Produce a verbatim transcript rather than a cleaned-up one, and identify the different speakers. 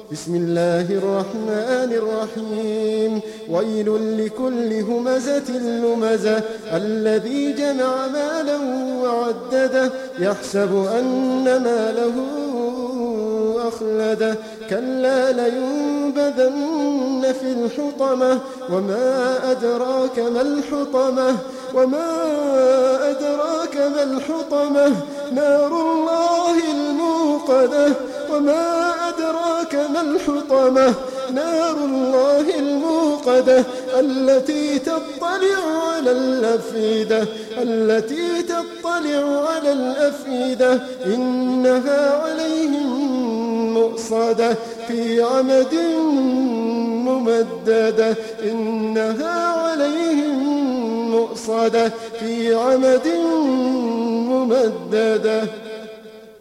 Speaker 1: بسم الله الرحمن الرحيم. ويل لكل همزة لمزة الذي جمع مالا وعدده يحسب أن ماله أخلده كلا لينبذن في الحطمة وما أدراك ما الحطمة وما أدراك ما الحطمة نار الله الموقدة وما أدراك ما الحطمة نار الله الموقدة التي تطلع على الأفئدة التي تطلع على الأفئدة إنها عليهم مؤصدة في عمد ممددة إنها عليهم مؤصدة في عمد ممددة.